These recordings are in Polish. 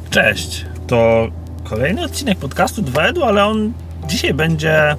Cześć, to kolejny odcinek podcastu 2EDU, ale on dzisiaj będzie...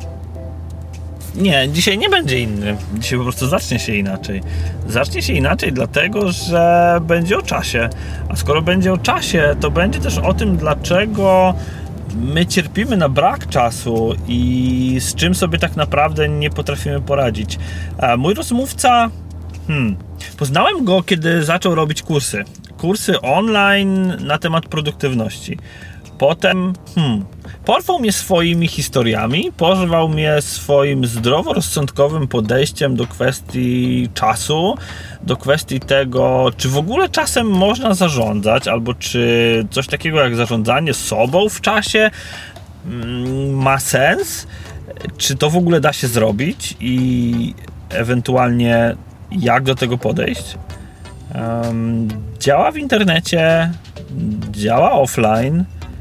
Nie, dzisiaj nie będzie inny. Dzisiaj po prostu zacznie się inaczej. Zacznie się inaczej dlatego, że będzie o czasie. A skoro będzie o czasie, to będzie też o tym, dlaczego my cierpimy na brak czasu i z czym sobie tak naprawdę nie potrafimy poradzić. Mój rozmówca... Poznałem go, kiedy zaczął robić kursy online na temat produktywności. Potem porwał mnie swoimi historiami, porwał mnie swoim zdroworozsądkowym podejściem do kwestii czasu, do kwestii tego, czy w ogóle czasem można zarządzać, albo czy coś takiego jak zarządzanie sobą w czasie ma sens, czy to w ogóle da się zrobić i ewentualnie jak do tego podejść. Działa w internecie, działa offline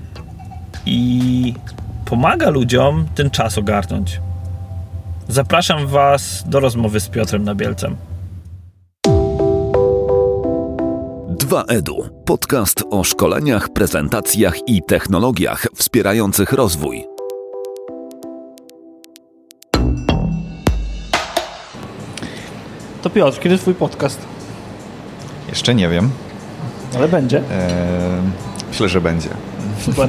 i pomaga ludziom ten czas ogarnąć. Zapraszam Was do rozmowy z Piotrem Nabielcem. 2EDU. Podcast o szkoleniach, prezentacjach i technologiach wspierających rozwój. To Piotr, kiedy Twój podcast? Jeszcze nie wiem. Ale będzie. Myślę, że będzie. Super.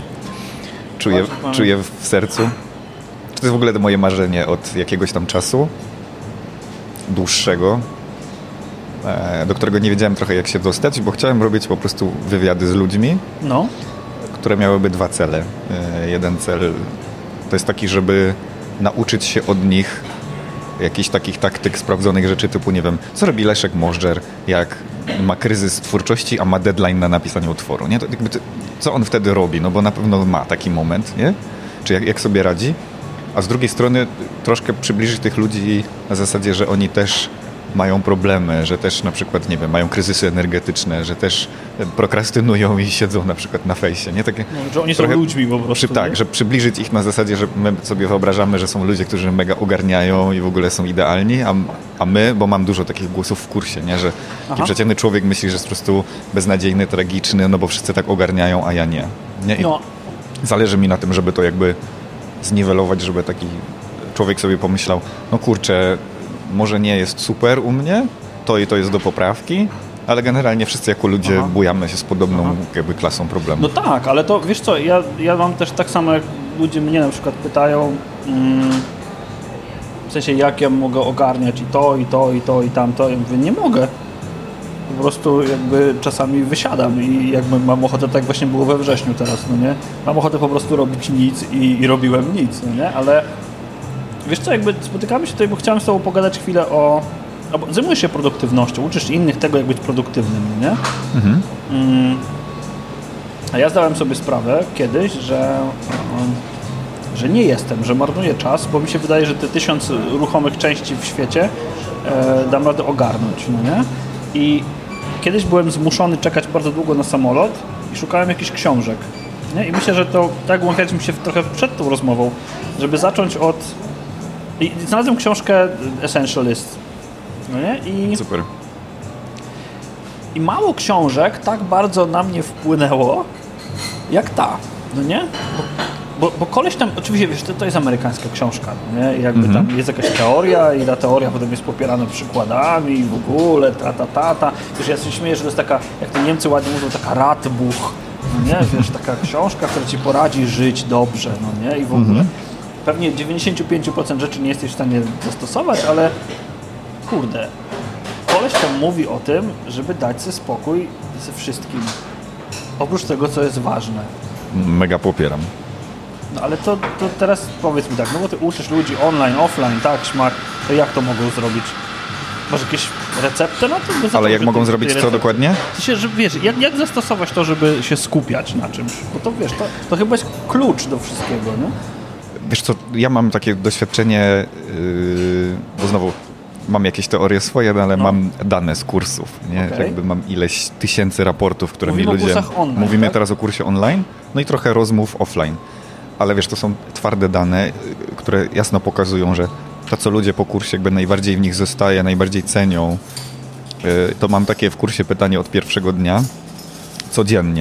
Czuję w sercu. To jest w ogóle moje marzenie od jakiegoś tam czasu dłuższego, do którego nie wiedziałem trochę jak się dostać, bo chciałem robić po prostu wywiady z ludźmi, które miałyby dwa cele. Jeden cel to jest taki, żeby nauczyć się od nich jakichś takich taktyk, sprawdzonych rzeczy typu, nie wiem, co robi Leszek Możdżer, jak ma kryzys twórczości, a ma deadline na napisanie utworu, nie? To jakby co on wtedy robi, no bo na pewno ma taki moment, nie? Czy jak sobie radzi, a z drugiej strony troszkę przybliżyć tych ludzi na zasadzie, że oni też mają problemy, że też na przykład, nie wiem, mają kryzysy energetyczne, że też prokrastynują i siedzą na przykład na fejsie, nie? Takie że oni są ludźmi po prostu. Tak, że przybliżyć ich na zasadzie, że my sobie wyobrażamy, że są ludzie, którzy mega ogarniają i w ogóle są idealni, a my, bo mam dużo takich głosów w kursie, nie? Że taki przeciętny człowiek myśli, że jest po prostu beznadziejny, tragiczny, no bo wszyscy tak ogarniają, a ja nie. I zależy mi na tym, żeby to jakby zniwelować, żeby taki człowiek sobie pomyślał, no kurczę, może nie jest super u mnie, to i to jest do poprawki, ale generalnie wszyscy jako ludzie bujamy się z podobną jakby klasą problemu. No tak, ale to wiesz co, ja mam też tak samo jak ludzie mnie na przykład pytają, w sensie jak ja mogę ogarniać i to, i to, i to, i tamto. Ja mówię, nie mogę. Po prostu jakby czasami wysiadam i jakby mam ochotę, tak jak właśnie było we wrześniu teraz, no nie? Mam ochotę po prostu robić nic i robiłem nic, no nie? Ale wiesz co, jakby spotykamy się tutaj, bo chciałem z Tobą pogadać chwilę bo zajmujesz się produktywnością, uczysz innych tego, jak być produktywnym, nie? A ja zdałem sobie sprawę kiedyś, że nie jestem, że marnuję czas, bo mi się wydaje, że te 1000 ruchomych części w świecie dam radę ogarnąć, no nie? I kiedyś byłem zmuszony czekać bardzo długo na samolot i szukałem jakichś książek, nie? I myślę, że to tak łąkaliśmy się trochę przed tą rozmową, żeby zacząć od... I znalazłem książkę Essentialist, no nie? Super. I mało książek tak bardzo na mnie wpłynęło, jak ta, no nie? Bo koleś tam, oczywiście, wiesz, to jest amerykańska książka, nie? I jakby tam jest jakaś teoria i ta teoria potem jest popierana przykładami i w ogóle, Wiesz, ja się śmieję, że to jest taka, jak to Niemcy ładnie mówią, taka Ratbuch, no nie? Wiesz, taka książka, która ci poradzi żyć dobrze, no nie? I w ogóle. Pewnie 95% rzeczy nie jesteś w stanie zastosować, ale kurde, koleś tam mówi o tym, żeby dać sobie spokój ze wszystkim. Oprócz tego, co jest ważne. Mega popieram. No ale to teraz powiedz mi tak, no bo ty uczysz ludzi online, offline, tak, śmak, to jak to mogą zrobić? Masz jakieś recepty na to? Ale jak mogą zrobić co dokładnie? Że wiesz, jak zastosować to, żeby się skupiać na czymś? Bo to wiesz, to chyba jest klucz do wszystkiego, nie? Wiesz co, ja mam takie doświadczenie, bo znowu mam jakieś teorie swoje, ale mam dane z kursów, nie? Okay. Jakby mam ileś tysięcy raportów, które mi ludzie... Online, Mówimy tak? teraz o kursie online, no i trochę rozmów offline. Ale wiesz, to są twarde dane, które jasno pokazują, że to, co ludzie po kursie jakby najbardziej w nich zostaje, najbardziej cenią, to mam takie w kursie pytanie od pierwszego dnia, codziennie.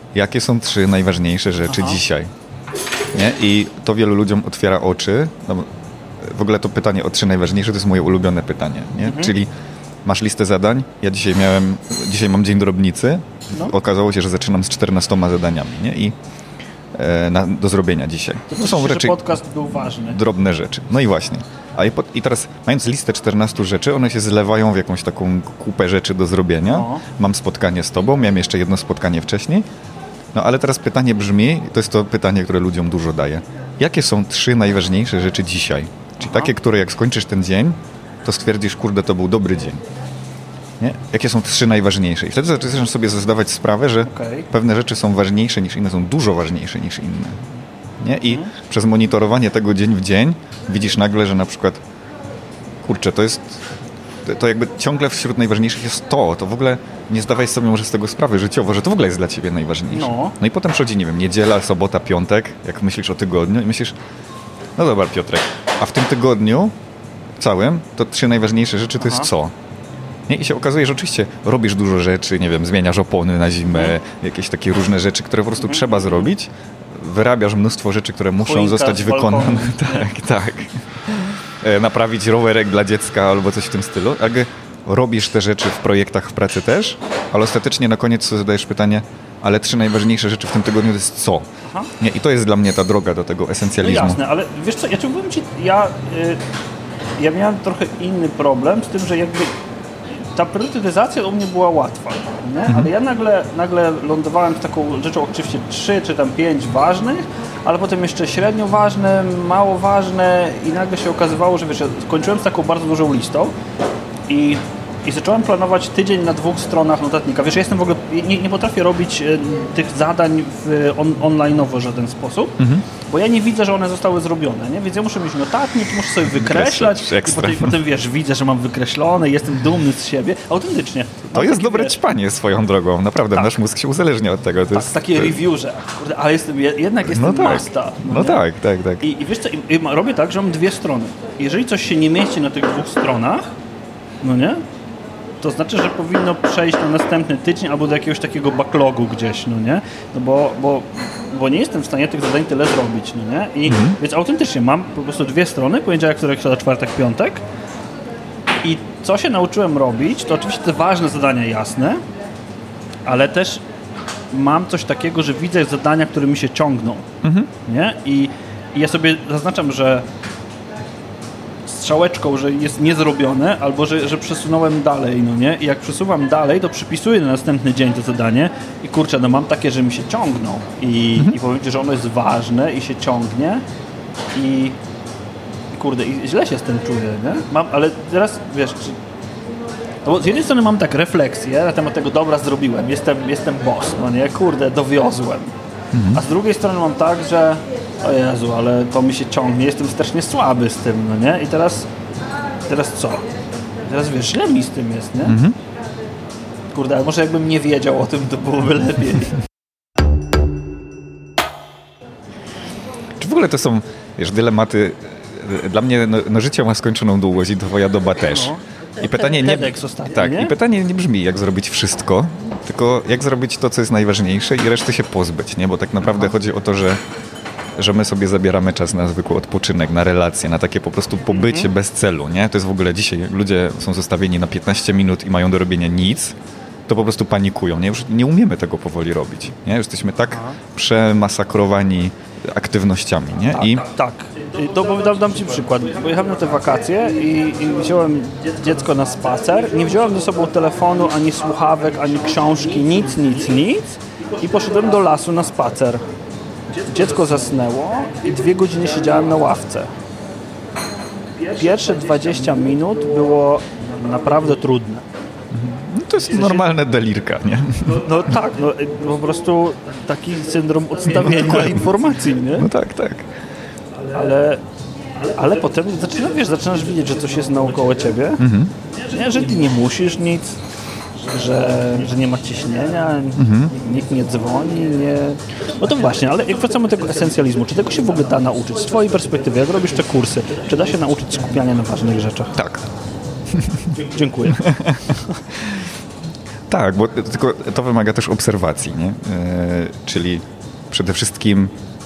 jakie są 3 najważniejsze rzeczy dzisiaj. Nie? I to wielu ludziom otwiera oczy. No, w ogóle to pytanie o 3 najważniejsze to jest moje ulubione pytanie. Nie? Czyli masz listę zadań. Ja dzisiaj mam dzień drobnicy. Okazało się, że zaczynam z 14 zadaniami. Nie? I do zrobienia dzisiaj. To są rzeczy, że podcast był ważny. Drobne rzeczy. No i właśnie. I teraz mając listę 14 rzeczy, one się zlewają w jakąś taką kupę rzeczy do zrobienia. Mam spotkanie z tobą, miałem jeszcze jedno spotkanie wcześniej. No ale teraz pytanie brzmi, to jest to pytanie, które ludziom dużo daje. Jakie są 3 najważniejsze rzeczy dzisiaj? Czyli takie, które jak skończysz ten dzień, to stwierdzisz, kurde, to był dobry dzień. Nie? Jakie są 3 najważniejsze? I wtedy zaczynasz sobie zdawać sprawę, że pewne rzeczy są ważniejsze niż inne, są dużo ważniejsze niż inne. Nie? I przez monitorowanie tego dzień w dzień widzisz nagle, że na przykład kurczę, to jakby ciągle wśród najważniejszych jest to w ogóle nie zdawaj sobie może z tego sprawy życiowo, że to w ogóle jest dla ciebie najważniejsze. No i potem przychodzi, nie wiem, niedziela, sobota, piątek, jak myślisz o tygodniu i myślisz, no dobra Piotrek, a w tym tygodniu całym to 3 najważniejsze rzeczy to jest co? Nie? I się okazuje, że oczywiście robisz dużo rzeczy, nie wiem, zmieniasz opony na zimę, jakieś takie różne rzeczy, które po prostu trzeba zrobić, wyrabiasz mnóstwo rzeczy, które muszą zostać wykonane. Tak. Naprawić rowerek dla dziecka albo coś w tym stylu. Jakby robisz te rzeczy w projektach w pracy też, ale ostatecznie na koniec sobie zadajesz pytanie, ale 3 najważniejsze rzeczy w tym tygodniu to jest co? Nie? I to jest dla mnie ta droga do tego esencjalizmu. No jasne, ale wiesz co, ja miałem trochę inny problem z tym, że jakby ta priorytetyzacja u mnie była łatwa, nie? Ale ja nagle lądowałem z taką rzeczą, oczywiście 3 czy tam 5 ważnych, ale potem jeszcze średnio ważne, mało ważne i nagle się okazywało, że wiesz, ja kończyłem z taką bardzo dużą listą i zacząłem planować tydzień na 2 stronach notatnika. Wiesz, ja jestem w ogóle, nie potrafię robić tych zadań online'owo w żaden sposób, bo ja nie widzę, że one zostały zrobione, nie? Więc ja muszę mieć notatnik, muszę sobie wykreślać i potem wiesz, widzę, że mam wykreślone, jestem dumny z siebie. Autentycznie. To jest dobre ćpanie swoją drogą, naprawdę. Nasz mózg się uzależnia od tego. To jest takie review, że kurde, ale jednak jestem masta. Tak. I wiesz co, robię tak, że mam 2 strony. Jeżeli coś się nie mieści na tych 2 stronach, no nie? To znaczy, że powinno przejść na następny tydzień albo do jakiegoś takiego backlogu gdzieś, no nie? No bo nie jestem w stanie tych zadań tyle zrobić, no nie? I więc autentycznie mam po prostu 2 strony, poniedziałek, wtorek, środa, czwartek, piątek i co się nauczyłem robić, to oczywiście te ważne zadania jasne, ale też mam coś takiego, że widzę zadania, które mi się ciągną, nie? I ja sobie zaznaczam, że strzałeczką, że jest niezrobione, albo że przesunąłem dalej, no nie? I jak przesuwam dalej, to przypisuję na następny dzień to zadanie i kurczę, no mam takie, że mi się ciągną i powiem ci, że ono jest ważne i się ciągnie i kurde, i źle się z tym czuję, nie? Ale teraz, wiesz, no bo z jednej strony mam tak refleksję na temat tego, dobra, zrobiłem, jestem boss, no nie? Kurde, dowiozłem. A z drugiej strony mam tak, że o Jezu, ale to mi się ciągnie, jestem strasznie słaby z tym, no nie? I teraz co? Teraz wiesz, źle mi z tym jest, nie? Kurde, ale może jakbym nie wiedział o tym, to byłoby lepiej. Czy w ogóle to są, wiesz, dylematy, dla mnie życie ma skończoną długość i twoja doba też. I pytanie i pytanie nie brzmi, jak zrobić wszystko, tylko jak zrobić to, co jest najważniejsze i reszty się pozbyć, nie? Bo tak naprawdę chodzi o to, że my sobie zabieramy czas na zwykły odpoczynek, na relacje, na takie po prostu pobycie bez celu, nie? To jest w ogóle dzisiaj, ludzie są zostawieni na 15 minut i mają do robienia nic, to po prostu panikują, nie? Już nie umiemy tego powoli robić, nie? Już jesteśmy tak przemasakrowani aktywnościami, nie? Tak. To dam ci przykład. Pojechałem na te wakacje i wziąłem dziecko na spacer. Nie wziąłem ze sobą telefonu, ani słuchawek, ani książki, nic. I poszedłem do lasu na spacer. Dziecko zasnęło i 2 godziny siedziałem na ławce. Pierwsze 20 minut było naprawdę trudne. No to jest normalne delirka, nie? No tak, po prostu taki syndrom odstawienia informacji, nie? No tak. Ale potem zaczynasz widzieć, że coś jest naokoło ciebie, nie, że ty nie musisz nic, że nie ma ciśnienia, nikt nie dzwoni, nie... No to właśnie, ale jak wracamy do tego esencjalizmu, czy tego się w ogóle da nauczyć? Z twojej perspektywy, jak robisz te kursy, czy da się nauczyć skupiania na ważnych rzeczach? Tak. Dziękuję. Tak, bo tylko to wymaga też obserwacji, nie? Czyli przede wszystkim...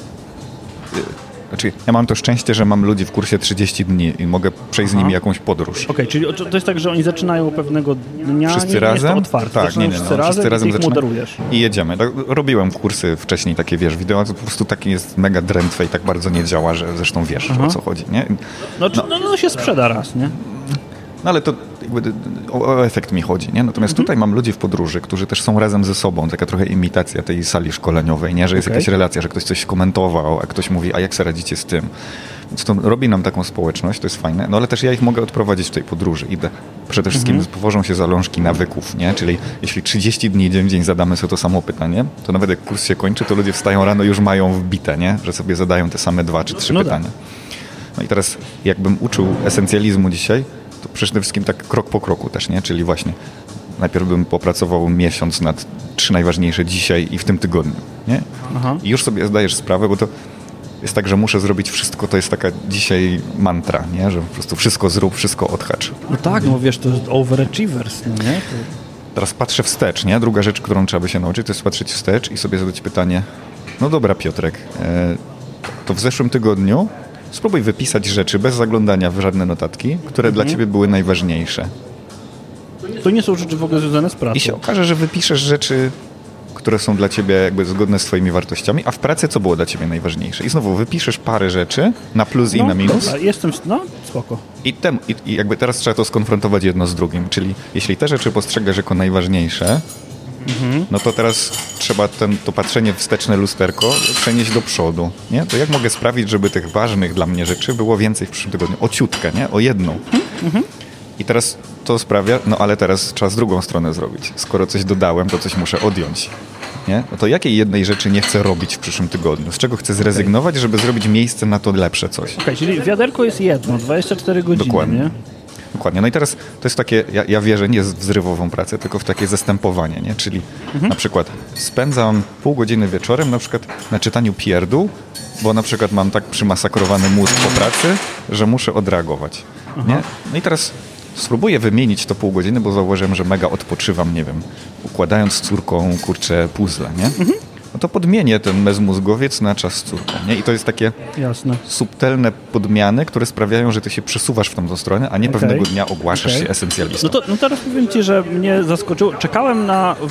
Znaczy, ja mam to szczęście, że mam ludzi w kursie 30 dni i mogę przejść z nimi jakąś podróż. Okej, czyli to jest tak, że oni zaczynają pewnego dnia, wszyscy nie razem? jest to otwarte. Tak, nie, Wszyscy razem i ich moderujesz. I jedziemy. Tak, robiłem kursy wcześniej takie, wiesz, wideo, to po prostu taki jest mega drętwe i tak bardzo nie działa, że zresztą wiesz, o co chodzi, nie? No się sprzeda raz, nie? No ale to jakby o efekt mi chodzi, nie? Natomiast tutaj mam ludzi w podróży, którzy też są razem ze sobą, taka trochę imitacja tej sali szkoleniowej, nie? Że jest jakaś relacja, że ktoś coś komentował, a ktoś mówi, a jak sobie radzicie z tym? Więc to robi nam taką społeczność, to jest fajne, no ale też ja ich mogę odprowadzić w tej podróży. Idę. Przede wszystkim powożą się zalążki nawyków, nie? Czyli jeśli 30 dni dzień w dzień zadamy sobie to samo pytanie, to nawet jak kurs się kończy, to ludzie wstają rano, już mają wbite, nie? Że sobie zadają te same 2 czy 3 pytania. No i teraz jakbym uczył esencjalizmu dzisiaj, to przede wszystkim tak krok po kroku też, nie? Czyli właśnie najpierw bym popracował miesiąc nad 3 najważniejsze dzisiaj i w tym tygodniu, nie? I już sobie zdajesz sprawę, bo to jest tak, że muszę zrobić wszystko, to jest taka dzisiaj mantra, nie? Że po prostu wszystko zrób, wszystko odhacz. No tak, no wiesz, to jest overachievers, no nie? Teraz patrzę wstecz, nie? Druga rzecz, którą trzeba by się nauczyć, to jest patrzeć wstecz i sobie zadać pytanie, no dobra Piotrek, to w zeszłym tygodniu spróbuj wypisać rzeczy bez zaglądania w żadne notatki, które dla ciebie były najważniejsze. To nie są rzeczy w ogóle związane z pracą. I się okaże, że wypiszesz rzeczy, które są dla ciebie jakby zgodne z twoimi wartościami, a w pracy co było dla ciebie najważniejsze? I znowu wypiszesz parę rzeczy na plus i na minus. Spoko. I jakby teraz trzeba to skonfrontować jedno z drugim, czyli jeśli te rzeczy postrzegasz jako najważniejsze, no to teraz trzeba to patrzenie wsteczne lusterko przenieść do przodu, nie? To jak mogę sprawić, żeby tych ważnych dla mnie rzeczy było więcej w przyszłym tygodniu? O ciutkę, nie? O jedną. I teraz to sprawia, no ale teraz trzeba z drugą stronę zrobić. Skoro coś dodałem, to coś muszę odjąć. Nie? No to jakiej jednej rzeczy nie chcę robić w przyszłym tygodniu? Z czego chcę zrezygnować, żeby zrobić miejsce na to lepsze coś? Czyli wiaderko jest jedno, 24 godziny, Dokładnie. nie? Dokładnie. No i teraz to jest takie, ja wierzę nie w zrywową pracę, tylko w takie zastępowanie, nie? Czyli na przykład spędzam pół godziny wieczorem na przykład na czytaniu pierdół, bo na przykład mam tak przymasakrowany mózg po pracy, że muszę odreagować. Nie? No i teraz spróbuję wymienić to pół godziny, bo zauważyłem, że mega odpoczywam, nie wiem, układając z córką, kurczę, puzzle, nie? No to podmienię ten mezmózgowiec na czas z córką, nie? I to jest takie subtelne podmiany, które sprawiają, że ty się przesuwasz w tą stronę, a nie pewnego dnia ogłaszasz się esencjalistą. No teraz powiem ci, że mnie zaskoczyło. Czekałem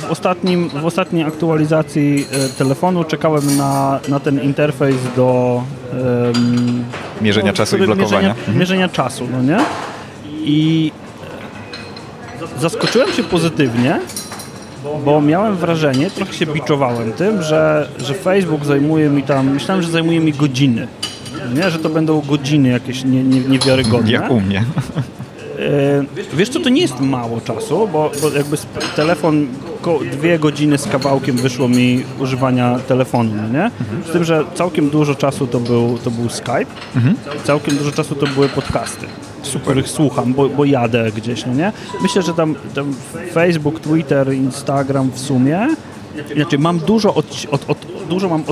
w ostatniej aktualizacji telefonu, czekałem na ten interfejs do mierzenia czasu i blokowania. Mierzenia czasu, no nie? I zaskoczyłem się pozytywnie, bo miałem wrażenie, trochę się biczowałem tym, że Facebook zajmuje mi tam, myślałem, że zajmuje mi godziny. Nie, że to będą godziny jakieś niewiarygodne. Jak u mnie. Wiesz co, to nie jest mało czasu, bo jakby telefon, 2 godziny z kawałkiem wyszło mi używania telefonu, nie? Z tym, że całkiem dużo czasu to był Skype, całkiem dużo czasu to były podcasty, z których słucham, bo jadę gdzieś, no nie? Myślę, że tam Facebook, Twitter, Instagram w sumie, inaczej mam dużo mam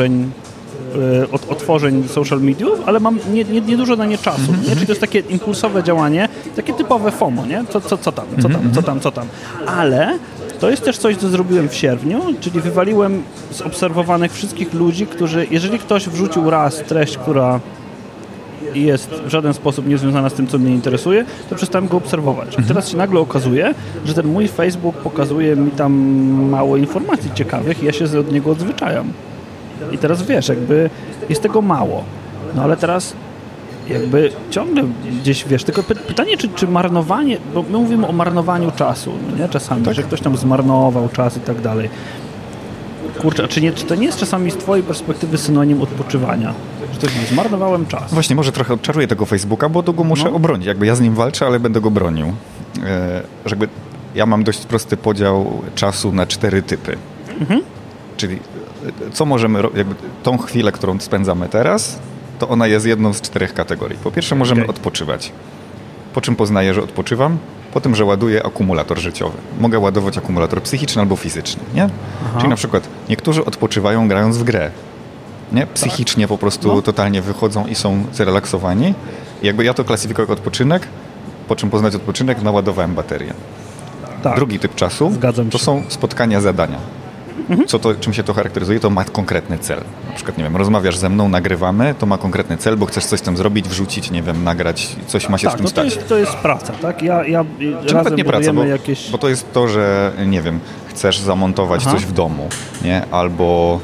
otworzeń social mediów, ale mam nie dużo na nie czasu. Nie? Czyli to jest takie impulsowe działanie, takie typowe FOMO, nie? Co tam. Ale to jest też coś, co zrobiłem w sierpniu, czyli wywaliłem z obserwowanych wszystkich ludzi, którzy, jeżeli ktoś wrzucił raz treść, która jest w żaden sposób niezwiązana z tym, co mnie interesuje, to przestałem go obserwować. Teraz się nagle okazuje, że ten mój Facebook pokazuje mi tam mało informacji ciekawych i ja się od niego odzwyczajam. I teraz wiesz, jakby jest tego mało. No ale teraz jakby ciągle gdzieś, wiesz, tylko pytanie, czy marnowanie, bo my mówimy o marnowaniu czasu, nie? Czasami, że ktoś tam zmarnował czas i tak dalej. Kurczę, a czy to nie jest czasami z twojej perspektywy synonim odpoczywania? Że to zmarnowałem czas. Właśnie, może trochę odczaruję tego Facebooka, bo to go muszę obronić. Jakby ja z nim walczę, ale będę go bronił. Że jakby ja mam dość prosty podział czasu na 4 typy. Czyli co możemy robić, jakby tą chwilę, którą spędzamy teraz, to ona jest jedną z 4 kategorii. Po pierwsze możemy odpoczywać. Po czym poznaję, że odpoczywam? Po tym, że ładuję akumulator życiowy. Mogę ładować akumulator psychiczny albo fizyczny, nie? Czyli na przykład niektórzy odpoczywają grając w grę. Nie? Psychicznie po prostu totalnie wychodzą i są zrelaksowani. I jakby ja to klasyfikuję jako odpoczynek, po czym poznać odpoczynek, naładowałem baterię. Tak. Drugi typ czasu Zgadzam to się. są spotkania, zadania. Czym się to charakteryzuje? To ma konkretny cel. Na przykład, nie wiem, rozmawiasz ze mną, nagrywamy, to ma konkretny cel, bo chcesz coś tam zrobić, wrzucić, nie wiem, nagrać, coś ma się z tym stać. To jest praca, tak? Ja Czy nawet nie praca, bo, jakieś... bo to jest to, że, nie wiem, chcesz zamontować coś w domu, nie? Albo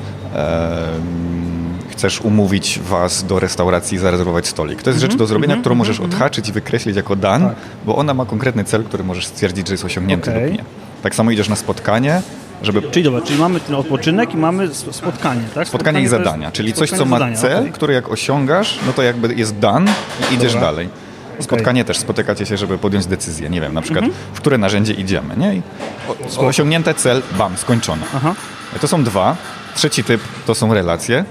chcesz umówić was do restauracji i zarezerwować stolik. To jest rzecz do zrobienia, którą możesz odhaczyć i wykreślić jako dan, bo ona ma konkretny cel, który możesz stwierdzić, że jest osiągnięty lub nie. Tak samo idziesz na spotkanie, żeby... Czyli mamy ten odpoczynek i mamy spotkanie, tak? Spotkanie i zadania, czyli coś, co ma cel, który jak osiągasz, no to jakby jest done i idziesz dalej. Spotkanie też, spotykacie się, żeby podjąć decyzję, nie wiem, na przykład w które narzędzie idziemy, nie? I osiągnięty cel, bam, skończone. To są dwa. Trzeci typ to są relacje.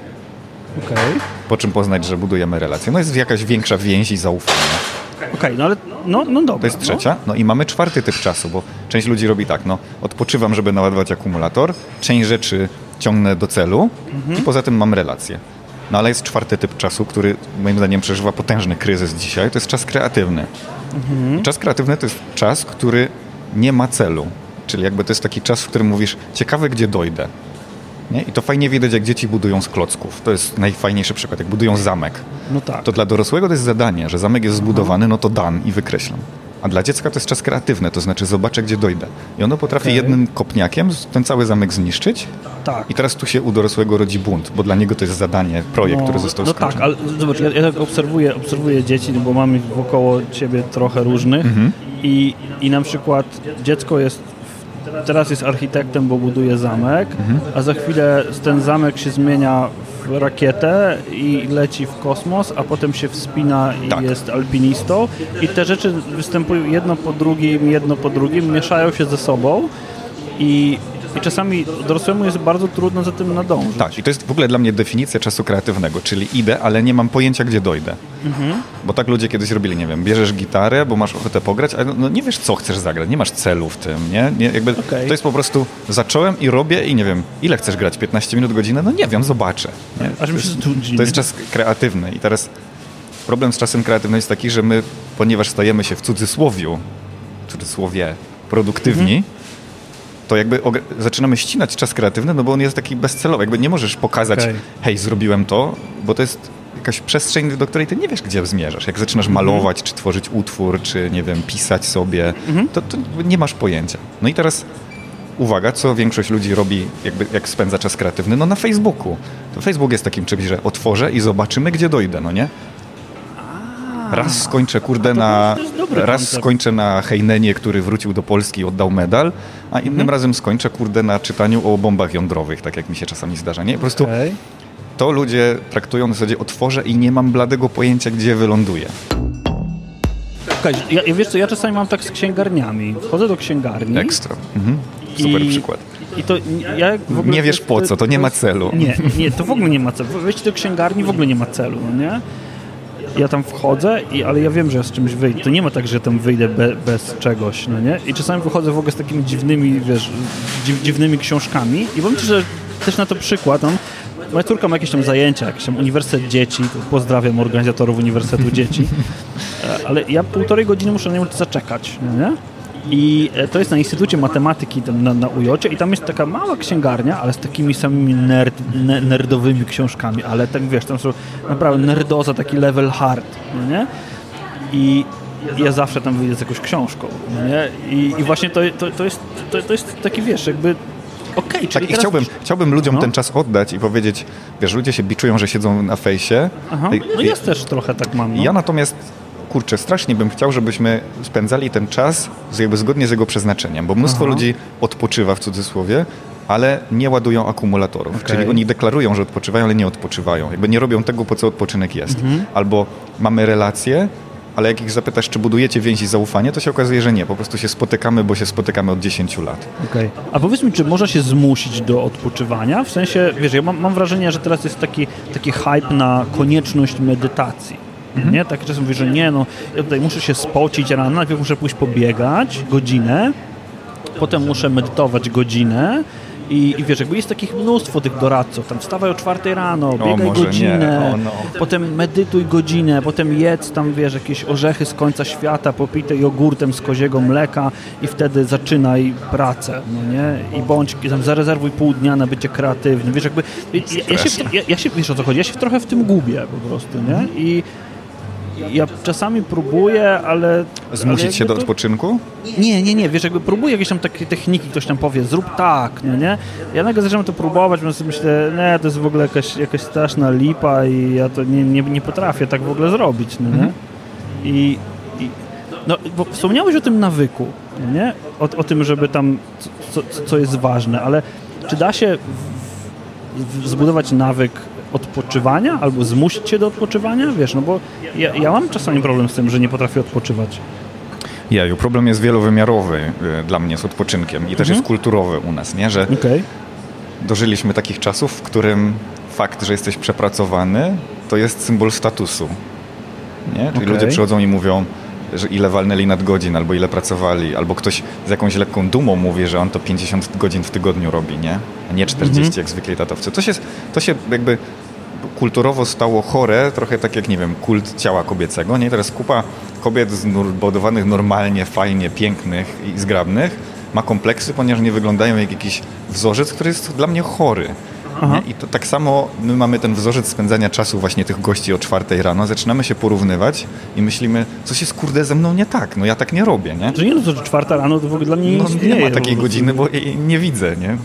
Po czym poznać, że budujemy relacje? No jest jakaś większa więź i zaufanie. No ale no dobra. To jest trzecia. No i mamy czwarty typ czasu, bo część ludzi robi tak, no odpoczywam, żeby naładować akumulator, część rzeczy ciągnę do celu i poza tym mam relacje. No ale jest czwarty typ czasu, który moim zdaniem przeżywa potężny kryzys dzisiaj, to jest czas kreatywny. Czas kreatywny to jest czas, który nie ma celu, czyli jakby to jest taki czas, w którym mówisz, ciekawe gdzie dojdę. Nie? I to fajnie widać, jak dzieci budują z klocków. To jest najfajniejszy przykład, jak budują zamek. No tak. To dla dorosłego to jest zadanie, że zamek jest zbudowany, no to dan i wykreślam. A dla dziecka to jest czas kreatywny, to znaczy zobaczę, gdzie dojdę. I ono potrafi jednym kopniakiem ten cały zamek zniszczyć. Tak. I teraz tu się u dorosłego rodzi bunt, bo dla niego to jest zadanie, projekt, który został skończony. Tak, ale zobacz, ja tak obserwuję dzieci, bo mam ich wokoło siebie trochę różnych i na przykład dziecko teraz jest architektem, bo buduje zamek, a za chwilę ten zamek się zmienia w rakietę i leci w kosmos, a potem się wspina i jest alpinistą i te rzeczy występują jedno po drugim, mieszają się ze sobą i czasami dorosłemu jest bardzo trudno za tym nadążyć. Tak, i to jest w ogóle dla mnie definicja czasu kreatywnego, czyli idę, ale nie mam pojęcia, gdzie dojdę. Bo tak ludzie kiedyś robili, nie wiem, bierzesz gitarę, bo masz ochotę pograć, ale no nie wiesz, co chcesz zagrać, nie masz celu w tym, nie? Jakby to jest po prostu, zacząłem i robię i nie wiem, ile chcesz grać, 15 minut, godzinę? No nie wiem, zobaczę. Nie? Aż mi się znudzi. To jest czas kreatywny i teraz problem z czasem kreatywnym jest taki, że my, ponieważ stajemy się w cudzysłowie produktywni, to jakby zaczynamy ścinać czas kreatywny, no bo on jest taki bezcelowy. Jakby nie możesz pokazać, hej, zrobiłem to, bo to jest jakaś przestrzeń, do której ty nie wiesz, gdzie zmierzasz. Jak zaczynasz malować, czy tworzyć utwór, czy nie wiem, pisać sobie, to nie masz pojęcia. No i teraz uwaga, co większość ludzi robi, jakby jak spędza czas kreatywny? No na Facebooku. To Facebook jest takim czymś, że otworzę i zobaczymy, gdzie dojdę, no nie? Raz skończę, skończę na Heinenie, który wrócił do Polski i oddał medal, a innym razem skończę, na czytaniu o bombach jądrowych, tak jak mi się czasami zdarza, nie? Po prostu to ludzie traktują na zasadzie otworzę i nie mam bladego pojęcia, gdzie wyląduję. Wiesz co, ja czasami mam tak z księgarniami. Wchodzę do księgarni. Ekstra. Super przykład. I to ja w ogóle nie wiesz po co, to nie ma celu. Nie, to w ogóle nie ma celu. Wejście do księgarni w ogóle nie ma celu, no nie? Ja tam wchodzę, ale ja wiem, że ja z czymś wyjdę. To nie ma tak, że tam wyjdę bez czegoś, no nie? I czasami wychodzę w ogóle z takimi dziwnymi, dziwnymi książkami. I powiem ci, że też na to przykład, moja córka ma jakieś tam zajęcia, jakiś tam Uniwersytet Dzieci, to pozdrawiam organizatorów Uniwersytetu Dzieci, ale ja 1,5 godziny muszę na nią zaczekać, no nie? I to jest na Instytucie Matematyki na UJ i tam jest taka mała księgarnia, ale z takimi samymi nerdowymi książkami, ale tak wiesz, tam są naprawdę nerdoza, taki level hard, no nie? I ja zawsze tam wyjdę z jakąś książką, no nie? I właśnie to jest taki, wiesz, jakby czyli tak, teraz... chciałbym ludziom ten czas oddać i powiedzieć, wiesz, ludzie się biczują, że siedzą na fejsie. No ja też trochę tak mam. Ja natomiast strasznie bym chciał, żebyśmy spędzali ten czas zgodnie z jego przeznaczeniem, bo mnóstwo ludzi odpoczywa w cudzysłowie, ale nie ładują akumulatorów. Czyli oni deklarują, że odpoczywają, ale nie odpoczywają. Jakby nie robią tego, po co odpoczynek jest. Albo mamy relacje, ale jak ich zapytasz, czy budujecie więź i zaufanie, to się okazuje, że nie. Po prostu się spotykamy, bo się spotykamy od 10 lat. A powiedz mi, czy można się zmusić do odpoczywania? W sensie, wiesz, ja mam wrażenie, że teraz jest taki hype na konieczność medytacji. Nie? Tak czasem mówię, że nie, ja tutaj muszę się spocić rano, najpierw muszę pójść pobiegać godzinę, potem muszę medytować godzinę I wiesz, jakby jest takich mnóstwo tych doradców, tam wstawaj o 4 rano, biegaj może godzinę, nie. potem medytuj godzinę, potem jedz tam, wiesz, jakieś orzechy z końca świata, popite jogurtem z koziego mleka i wtedy zaczynaj pracę, no nie? I bądź, tam zarezerwuj pół dnia na bycie kreatywnym, wiesz, jakby, ja się, wiesz o co chodzi, ja się trochę w tym gubię po prostu, nie? I ja czasami próbuję, ale... Zmusić się do odpoczynku? Nie, wiesz, jakby próbuję jakieś tam takie techniki, ktoś tam powie, zrób tak, nie? Ja nagle zaczynam to próbować, więc sobie myślę, nie, to jest w ogóle jakaś straszna lipa i ja to nie potrafię tak w ogóle zrobić, no nie? No, bo wspomniałeś o tym nawyku, nie? O tym, żeby tam, co jest ważne, ale czy da się zbudować nawyk odpoczywania albo zmusić się do odpoczywania? Wiesz, no bo ja mam czasami problem z tym, że nie potrafię odpoczywać. Jeju, problem jest wielowymiarowy dla mnie z odpoczynkiem i też jest kulturowy u nas, nie? Że dożyliśmy takich czasów, w którym fakt, że jesteś przepracowany, to jest symbol statusu, nie? Czyli ludzie przychodzą i mówią, że ile walnęli nadgodzin, albo ile pracowali, albo ktoś z jakąś lekką dumą mówi, że on to 50 godzin w tygodniu robi, nie? A nie 40 jak zwykli tatowcy. To się jakby kulturowo stało chore, trochę tak jak, nie wiem, kult ciała kobiecego, nie? Teraz kupa kobiet zbudowanych normalnie, fajnie, pięknych i zgrabnych ma kompleksy, ponieważ nie wyglądają jak jakiś wzorzec, który jest dla mnie chory. I to tak samo my mamy ten wzorzec spędzania czasu właśnie tych gości o 4 rano, zaczynamy się porównywać i myślimy, coś jest kurde ze mną nie tak, no ja tak nie robię, nie? Że nie, no to 4 rano to w ogóle dla mnie nie istnieje. Nie ma takiej godziny, bo jej nie widzę, nie?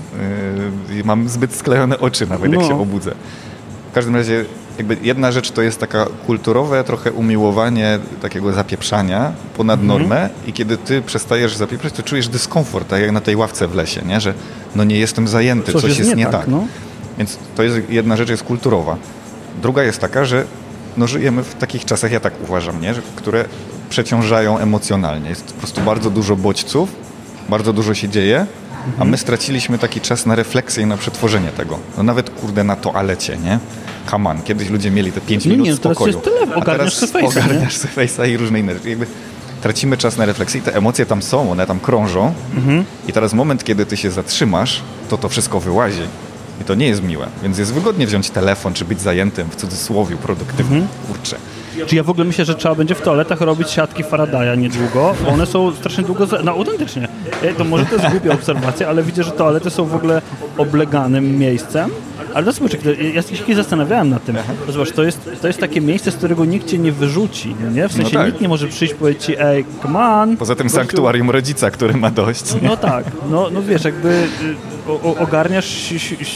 Mam zbyt sklejone oczy nawet, jak się obudzę. W każdym razie jakby jedna rzecz to jest taka kulturowe trochę umiłowanie takiego zapieprzania ponad normę i kiedy ty przestajesz zapieprzać, to czujesz dyskomfort, tak jak na tej ławce w lesie, nie? Że no nie jestem zajęty, coś jest nie tak. No. Więc to jest jedna rzecz, jest kulturowa. Druga jest taka, że no żyjemy w takich czasach, ja tak uważam, nie? Które przeciążają emocjonalnie. Jest po prostu bardzo dużo bodźców, bardzo dużo się dzieje, a my straciliśmy taki czas na refleksję i na przetworzenie tego. No nawet kurde na toalecie, nie? Come on. Kiedyś ludzie mieli te 5 minut spokoju. Ogarniasz sobie face'a i różne inne rzeczy. Jakby tracimy czas na refleksję i te emocje tam są, one tam krążą i teraz moment, kiedy ty się zatrzymasz, to wszystko wyłazi. I to nie jest miłe, więc jest wygodnie wziąć telefon, czy być zajętym, w cudzysłowie, produktywnym, kurczę. Czy ja w ogóle myślę, że trzeba będzie w toaletach robić siatki Faradaya niedługo, bo one są strasznie długo... No autentycznie. To może to jest głupia obserwacja, ale widzę, że toalety są w ogóle obleganym miejscem. Ale to zobacz, ja się zastanawiałem nad tym. Zobacz, to jest takie miejsce, z którego nikt cię nie wyrzuci, nie? W sensie nikt nie może przyjść i powiedzieć ci, ej, come on. Poza tym sanktuarium rodzica, który ma dość. Nie? No tak, no wiesz, jakby ogarniasz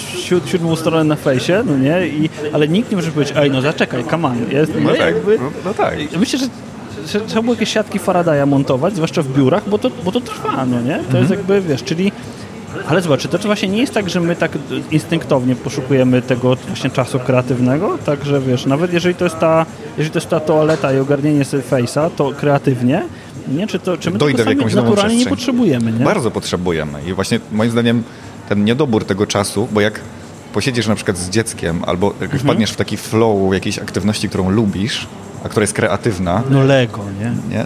7. stronę na fejsie, no nie? Ale nikt nie może powiedzieć, ej, no zaczekaj, come on. No tak. Myślę, że trzeba było jakieś siatki Faradaya montować, zwłaszcza w biurach, bo to trwa, no nie? To jest jakby, wiesz, czyli... Ale zobacz, to właśnie nie jest tak, że my tak instynktownie poszukujemy tego właśnie czasu kreatywnego, także wiesz, nawet jeżeli to jest ta toaleta i ogarnienie sobie face'a, to kreatywnie, nie? Czy my tego sami naturalnie nie potrzebujemy, nie? Bardzo potrzebujemy i właśnie moim zdaniem ten niedobór tego czasu, bo jak posiedzisz na przykład z dzieckiem albo jak wpadniesz w taki flow jakiejś aktywności, którą lubisz, a która jest kreatywna. No Lego, nie?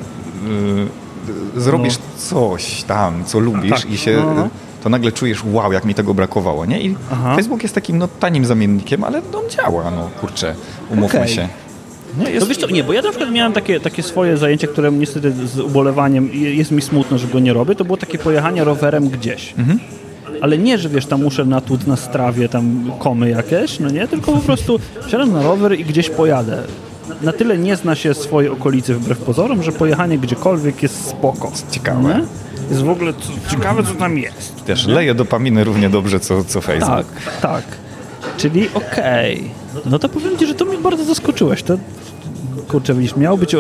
Zrobisz coś tam, co lubisz i się... to nagle czujesz, wow, jak mi tego brakowało, nie? I Facebook jest takim tanim zamiennikiem, ale on działa, kurczę, umówmy się. No wiesz co, bo ja na przykład miałem takie swoje zajęcie, które niestety z ubolewaniem, jest mi smutno, że go nie robię, to było takie pojechanie rowerem gdzieś. Ale nie, że wiesz, tam muszę natłuc na strawie tam komy jakieś, no nie, tylko po prostu wsiadam na rower i gdzieś pojadę. Na tyle nie zna się swojej okolicy wbrew pozorom, że pojechanie gdziekolwiek jest spoko. Ciekawe. Nie? Jest w ogóle ciekawe, co tam jest. Też leje dopaminy równie dobrze, co Facebook. Tak. Czyli okej. No to powiem ci, że to mnie bardzo zaskoczyłeś. To, kurczę, widzisz, miało być o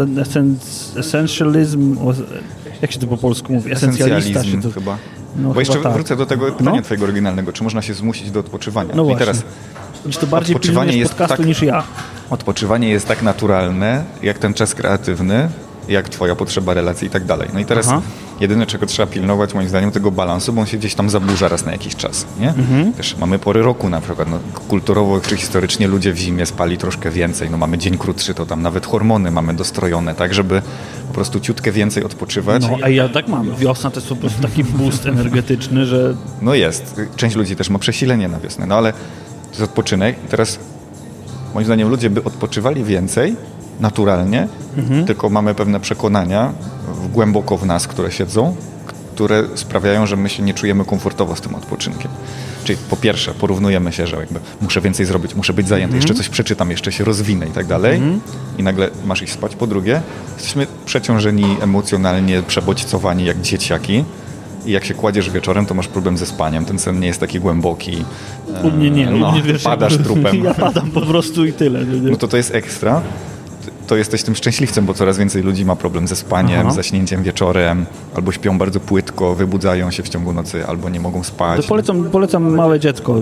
essentialism, jak się to po polsku mówi? Esencjalizm to... chyba. No, bo jeszcze tak. wrócę do tego pytania twojego oryginalnego. Czy można się zmusić do odpoczywania? No właśnie. I teraz to bardziej pilnujesz podcastu niż ja. Odpoczywanie jest tak naturalne, jak ten czas kreatywny, jak twoja potrzeba relacji i tak dalej. No i teraz Jedyne, czego trzeba pilnować, moim zdaniem, tego balansu, bo on się gdzieś tam zaburza raz na jakiś czas, nie? Też mamy pory roku na przykład, no, kulturowo czy historycznie ludzie w zimie spali troszkę więcej, no mamy dzień krótszy, to tam nawet hormony mamy dostrojone, tak, żeby po prostu ciutkę więcej odpoczywać. No, a ja tak mam. Wiosna to jest po prostu taki boost energetyczny, że... No jest. Część ludzi też ma przesilenie na wiosnę, no ale to jest odpoczynek. I teraz moim zdaniem ludzie by odpoczywali więcej, naturalnie, tylko mamy pewne przekonania głęboko w nas, które siedzą, które sprawiają, że my się nie czujemy komfortowo z tym odpoczynkiem. Czyli po pierwsze porównujemy się, że jakby muszę więcej zrobić, muszę być zajęty, jeszcze coś przeczytam, jeszcze się rozwinę i tak dalej i nagle masz iść spać. Po drugie, jesteśmy przeciążeni emocjonalnie, przebodźcowani jak dzieciaki i jak się kładziesz wieczorem, to masz problem ze spaniem. Ten sen nie jest taki głęboki. U mnie nie. No, u mnie, wiesz, padasz trupem. Ja padam po prostu i tyle. Nie? No to jest ekstra. To jesteś tym szczęśliwcem, bo coraz więcej ludzi ma problem ze spaniem, zaśnięciem wieczorem, albo śpią bardzo płytko, wybudzają się w ciągu nocy, albo nie mogą spać. To polecam małe dziecko.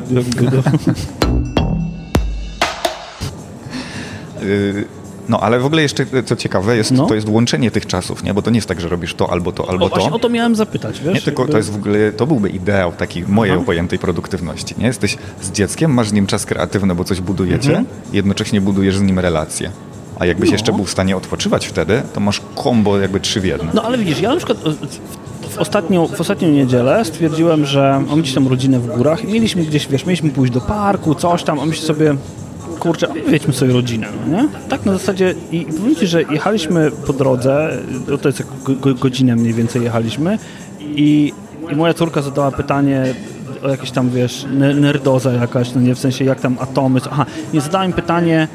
No, ale w ogóle jeszcze, co ciekawe, to jest łączenie tych czasów, nie? Bo to nie jest tak, że robisz to albo to, albo to. Właśnie o to miałem zapytać, wiesz? Nie, tylko to jest w ogóle, to byłby ideał taki mojej pojętej produktywności, nie? Jesteś z dzieckiem, masz z nim czas kreatywny, bo coś budujecie, jednocześnie budujesz z nim relacje. A jakbyś jeszcze był w stanie odpoczywać wtedy, to masz kombo jakby 3 w 1. No ale widzisz, ja na przykład w ostatnią niedzielę stwierdziłem, że mam gdzieś tam rodzinę w górach i mieliśmy gdzieś, wiesz, mieliśmy pójść do parku, coś tam, a myślę sobie, kurczę, wiedźmy sobie rodzinę, no nie? Tak na zasadzie i powiem Ci, że jechaliśmy po drodze, to jest godzinę mniej więcej jechaliśmy i moja córka zadała pytanie o jakieś tam, wiesz, nerdoza jakaś, no nie, w sensie jak tam atomy, nie zadałem pytanie,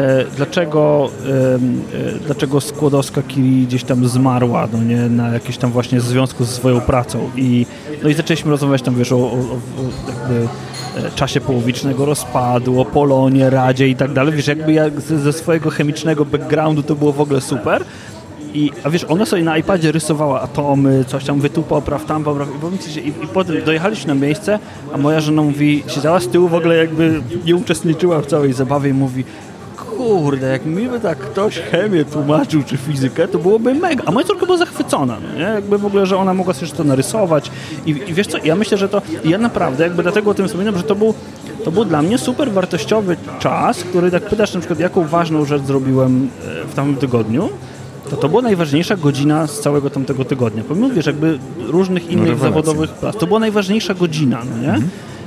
dlaczego Skłodowska-Curie gdzieś tam zmarła, no nie, na jakimś tam właśnie związku ze swoją pracą i zaczęliśmy rozmawiać tam, wiesz, o jakby czasie połowicznego rozpadu, o Polonie, Radzie i tak dalej, wiesz, jakby ja ze swojego chemicznego backgroundu to było w ogóle super. A wiesz, ona sobie na iPadzie rysowała atomy, coś tam popraw i potem dojechaliśmy na miejsce, a moja żona mówi, siedziała z tyłu w ogóle jakby nie uczestniczyła w całej zabawie i mówi, kurde, jak mi by tak ktoś chemię tłumaczył, czy fizykę, to byłoby mega. A moja córka była zachwycona, no nie? Jakby w ogóle, że ona mogła sobie to narysować. I wiesz co, ja myślę, że ja naprawdę, jakby dlatego o tym wspominam, że to był dla mnie super wartościowy czas, który jak pytasz na przykład, jaką ważną rzecz zrobiłem w tamtym tygodniu, to była najważniejsza godzina z całego tamtego tygodnia. Pomimo, wiesz, jakby różnych innych zawodowych prac. To była najważniejsza godzina, no nie?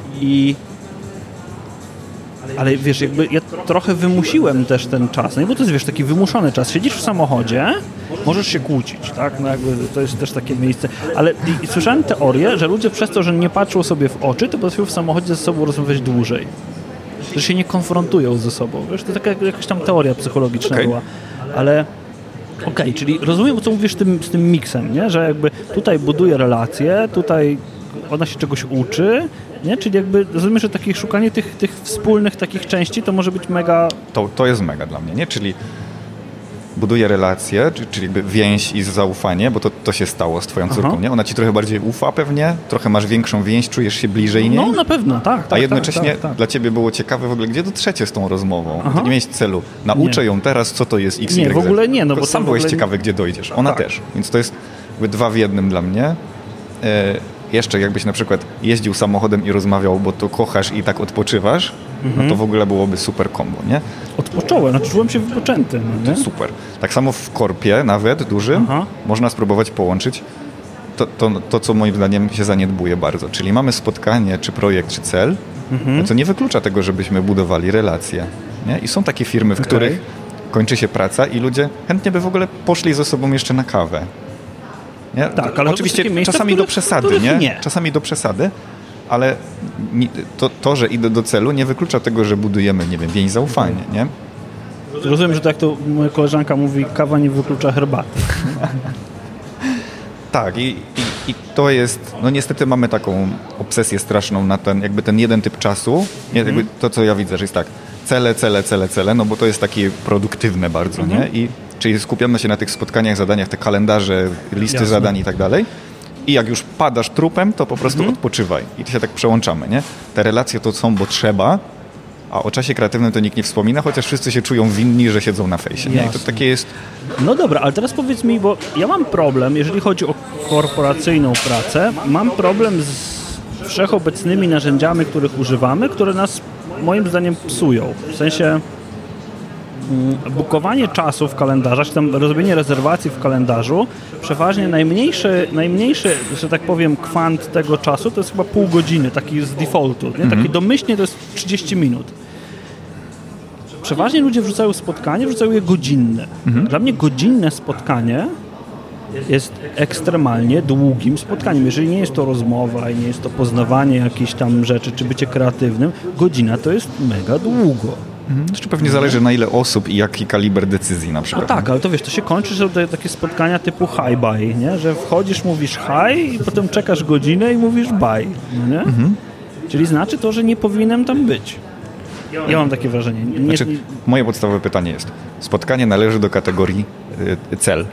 Ale wiesz, jakby ja trochę wymusiłem też ten czas, no bo to jest, wiesz, taki wymuszony czas. Siedzisz w samochodzie, możesz się kłócić, tak? No jakby to jest też takie miejsce. Ale i słyszałem teorię, że ludzie przez to, że nie patrzą sobie w oczy, to potrafią w samochodzie ze sobą rozmawiać dłużej. Że się nie konfrontują ze sobą. Wiesz, to taka jakaś tam teoria psychologiczna była. Ale okej, czyli rozumiem, co mówisz z tym miksem, nie? Że jakby tutaj buduje relacje, tutaj ona się czegoś uczy, nie? Czyli jakby rozumiem, że takie szukanie tych wspólnych takich części to może być mega... To jest mega dla mnie, nie? Czyli buduje relacje, czyli więź i zaufanie, bo to się stało z twoją córką, nie? Ona ci trochę bardziej ufa pewnie, trochę masz większą więź, czujesz się bliżej niej. No na pewno, tak. A jednocześnie dla ciebie było ciekawe w ogóle, gdzie dotrzecie z tą rozmową. Ty nie miałeś celu. Nauczę ją teraz, co to jest X, Nie, Y, w ogóle nie. No bo sam byłeś ciekawy, gdzie dojdziesz. Ona też. Więc to jest jakby 2 w 1 dla mnie. Jeszcze jakbyś na przykład jeździł samochodem i rozmawiał, bo to kochasz i tak odpoczywasz, no to w ogóle byłoby super kombo, nie? Odpocząłem, znaczy czułem się wypoczęty. No nie? Super. Tak samo w korpie nawet dużym można spróbować połączyć to, co moim zdaniem się zaniedbuje bardzo. Czyli mamy spotkanie, czy projekt, czy cel, co nie wyklucza tego, żebyśmy budowali relacje. Nie? I są takie firmy, w których kończy się praca i ludzie chętnie by w ogóle poszli ze sobą jeszcze na kawę. Nie? Tak, ale oczywiście miejsca, czasami do przesady, nie? Czasami do przesady, ale to, że idę do celu, nie wyklucza tego, że budujemy, nie wiem, więź zaufania, nie? Rozumiem, że tak to moja koleżanka mówi, kawa nie wyklucza herbaty. Tak, i to jest, no niestety mamy taką obsesję straszną na ten jeden typ czasu, jakby to, co ja widzę, że jest tak, cele, no bo to jest takie produktywne bardzo, nie? Czyli skupiamy się na tych spotkaniach, zadaniach, te kalendarze, listy zadań i tak dalej. I jak już padasz trupem, to po prostu odpoczywaj. I się tak przełączamy, nie? Te relacje to są, bo trzeba, a o czasie kreatywnym to nikt nie wspomina, chociaż wszyscy się czują winni, że siedzą na fejsie. Nie? I to takie jest... No dobra, ale teraz powiedz mi, bo ja mam problem, jeżeli chodzi o korporacyjną pracę, mam problem z wszechobecnymi narzędziami, których używamy, które nas moim zdaniem psują. W sensie bukowanie czasu w kalendarzu, czy tam robienie rezerwacji w kalendarzu, przeważnie najmniejszy, że tak powiem, kwant tego czasu to jest chyba pół godziny, taki z defaultu. Nie? Taki domyślnie to jest 30 minut. Przeważnie ludzie wrzucają je godzinne. Dla mnie godzinne spotkanie jest ekstremalnie długim spotkaniem. Jeżeli nie jest to rozmowa i nie jest to poznawanie jakichś tam rzeczy, czy bycie kreatywnym, godzina to jest mega długo. Jeszcze pewnie zależy na ile osób i jaki kaliber decyzji na przykład. No tak, ale to wiesz, to się kończy, że to takie spotkania typu hi-bye, nie? Że wchodzisz, mówisz hi i potem czekasz godzinę i mówisz bye, no nie? Czyli znaczy to, że nie powinienem tam być. Ja mam takie wrażenie. Moje podstawowe pytanie jest, spotkanie należy do kategorii cel.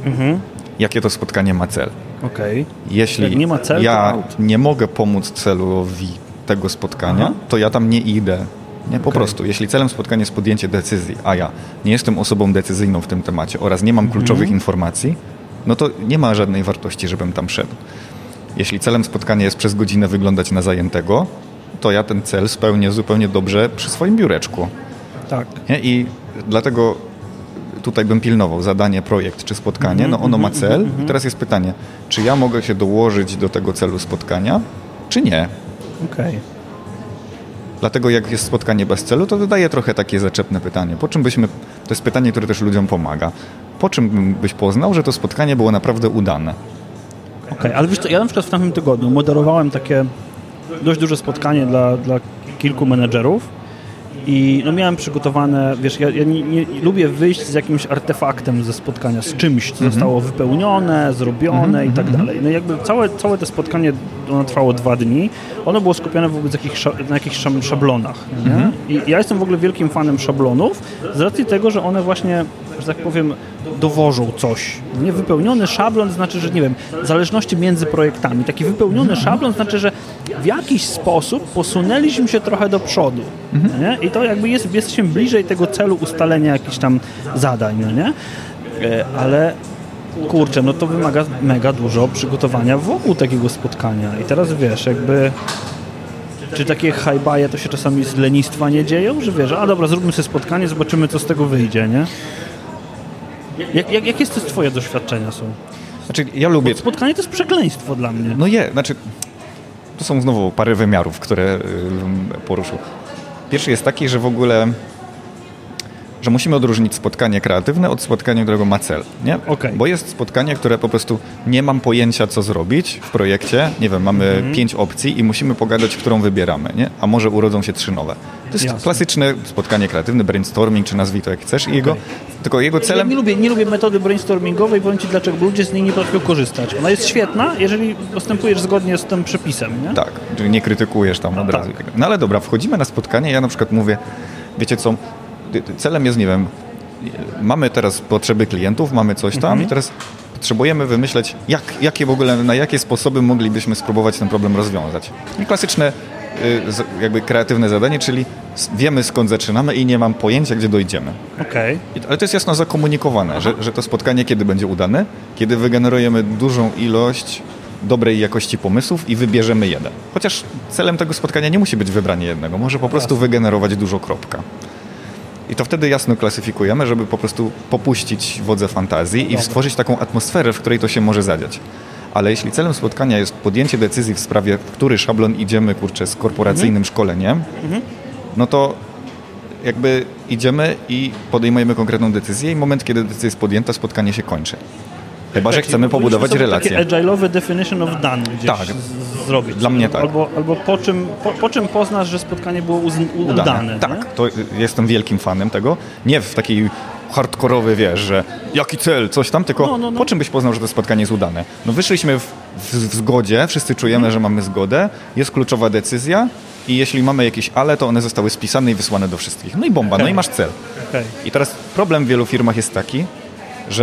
Jakie to spotkanie ma cel? Okej. Jeśli jak nie ma celu, ja to out. nie mogę pomóc celowi tego spotkania, to ja tam nie idę. Nie, po prostu. Jeśli celem spotkania jest podjęcie decyzji, a ja nie jestem osobą decyzyjną w tym temacie oraz nie mam kluczowych informacji, no to nie ma żadnej wartości, żebym tam szedł. Jeśli celem spotkania jest przez godzinę wyglądać na zajętego, to ja ten cel spełnię zupełnie dobrze przy swoim biureczku. Tak. Nie? I dlatego tutaj bym pilnował zadanie, projekt czy spotkanie, no ono ma cel. I teraz jest pytanie, czy ja mogę się dołożyć do tego celu spotkania, czy nie? Okej. Dlatego jak jest spotkanie bez celu, to dodaje trochę takie zaczepne pytanie. Po czym to jest pytanie, które też ludziom pomaga. Po czym byś poznał, że to spotkanie było naprawdę udane? Okej, ale wiesz co, ja na przykład w tamtym tygodniu moderowałem takie dość duże spotkanie dla kilku menedżerów i no miałem przygotowane, wiesz, ja nie lubię wyjść z jakimś artefaktem ze spotkania, z czymś, co zostało wypełnione, zrobione i tak dalej. No jakby całe to spotkanie, ono trwało 2 dni, ono było skupione wobec na jakichś szablonach, nie? I ja jestem w ogóle wielkim fanem szablonów z racji tego, że one właśnie, że tak powiem, dowożą coś. Nie wypełniony szablon znaczy, że nie wiem, zależności między projektami. Taki wypełniony szablon znaczy, że w jakiś sposób posunęliśmy się trochę do przodu. Nie? I to jakby jesteśmy bliżej tego celu ustalenia jakichś tam zadań, no nie? Ale kurczę, no to wymaga mega dużo przygotowania wokół takiego spotkania. I teraz wiesz, jakby czy takie hi-bye to się czasami z lenistwa nie dzieją, że wiesz, a dobra, zróbmy sobie spotkanie, zobaczymy, co z tego wyjdzie, nie? Jakie z twoje doświadczenia są? Znaczy, ja lubię... Spotkanie to jest przekleństwo dla mnie. No to są znowu parę wymiarów, które poruszył. Pierwszy jest taki, że w ogóle, że musimy odróżnić spotkanie kreatywne od spotkania, którego ma cel, nie? Okay. Bo jest spotkanie, które po prostu nie mam pojęcia, co zrobić w projekcie. Nie wiem, mamy 5 opcji i musimy pogadać, którą wybieramy, nie? A może urodzą się 3 nowe. To jest klasyczne spotkanie kreatywne, brainstorming, czy nazwij to jak chcesz. Tylko jego celem... Ja nie lubię metody brainstormingowej, powiem ci, dlaczego ludzie z niej nie potrafią korzystać. Ona jest świetna, jeżeli postępujesz zgodnie z tym przepisem, nie? Tak, czyli nie krytykujesz tam od razu. No ale dobra, wchodzimy na spotkanie, ja na przykład mówię, wiecie co, celem jest, nie wiem, mamy teraz potrzeby klientów, mamy coś tam i teraz potrzebujemy wymyśleć, na jakie sposoby moglibyśmy spróbować ten problem rozwiązać. I klasyczne jakby kreatywne zadanie, czyli wiemy, skąd zaczynamy i nie mam pojęcia, gdzie dojdziemy. Okay. Ale to jest jasno zakomunikowane, że to spotkanie kiedy będzie udane, kiedy wygenerujemy dużą ilość dobrej jakości pomysłów i wybierzemy jeden. Chociaż celem tego spotkania nie musi być wybranie jednego, może po prostu wygenerować dużo kropka. I to wtedy jasno klasyfikujemy, żeby po prostu popuścić wodze fantazji i stworzyć taką atmosferę, w której to się może zadziać. Ale jeśli celem spotkania jest podjęcie decyzji w sprawie, w który szablon idziemy, z korporacyjnym szkoleniem, no to jakby idziemy i podejmujemy konkretną decyzję i moment, kiedy decyzja jest podjęta, spotkanie się kończy. Chyba że chcemy pobudować relacje. Takie agile'owy definition of done gdzieś zrobić. Dla mnie tak. Albo po czym poznasz, że spotkanie było udane. Tak, to jestem wielkim fanem tego. Nie w takiej hardkorowy, wiesz, że jaki cel, coś tam, tylko po czym byś poznał, że to spotkanie jest udane? No wyszliśmy w zgodzie, wszyscy czujemy, że mamy zgodę, jest kluczowa decyzja i jeśli mamy jakieś ale, to one zostały spisane i wysłane do wszystkich. No i bomba, no i masz cel. I teraz problem w wielu firmach jest taki, że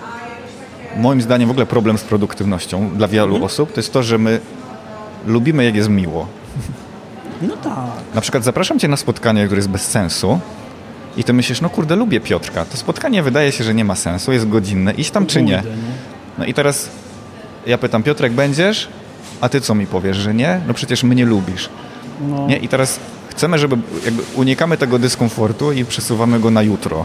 moim zdaniem w ogóle problem z produktywnością dla wielu osób to jest to, że my lubimy, jak jest miło. No tak. Na przykład zapraszam cię na spotkanie, które jest bez sensu i ty myślisz, no kurde, lubię Piotrka. To spotkanie wydaje się, że nie ma sensu, jest godzinne, iść tam czy nie? No i teraz ja pytam, Piotrek, będziesz? A ty co mi powiesz, że nie? No przecież mnie lubisz. No. Nie? I teraz chcemy, żeby jakby unikamy tego dyskomfortu i przesuwamy go na jutro.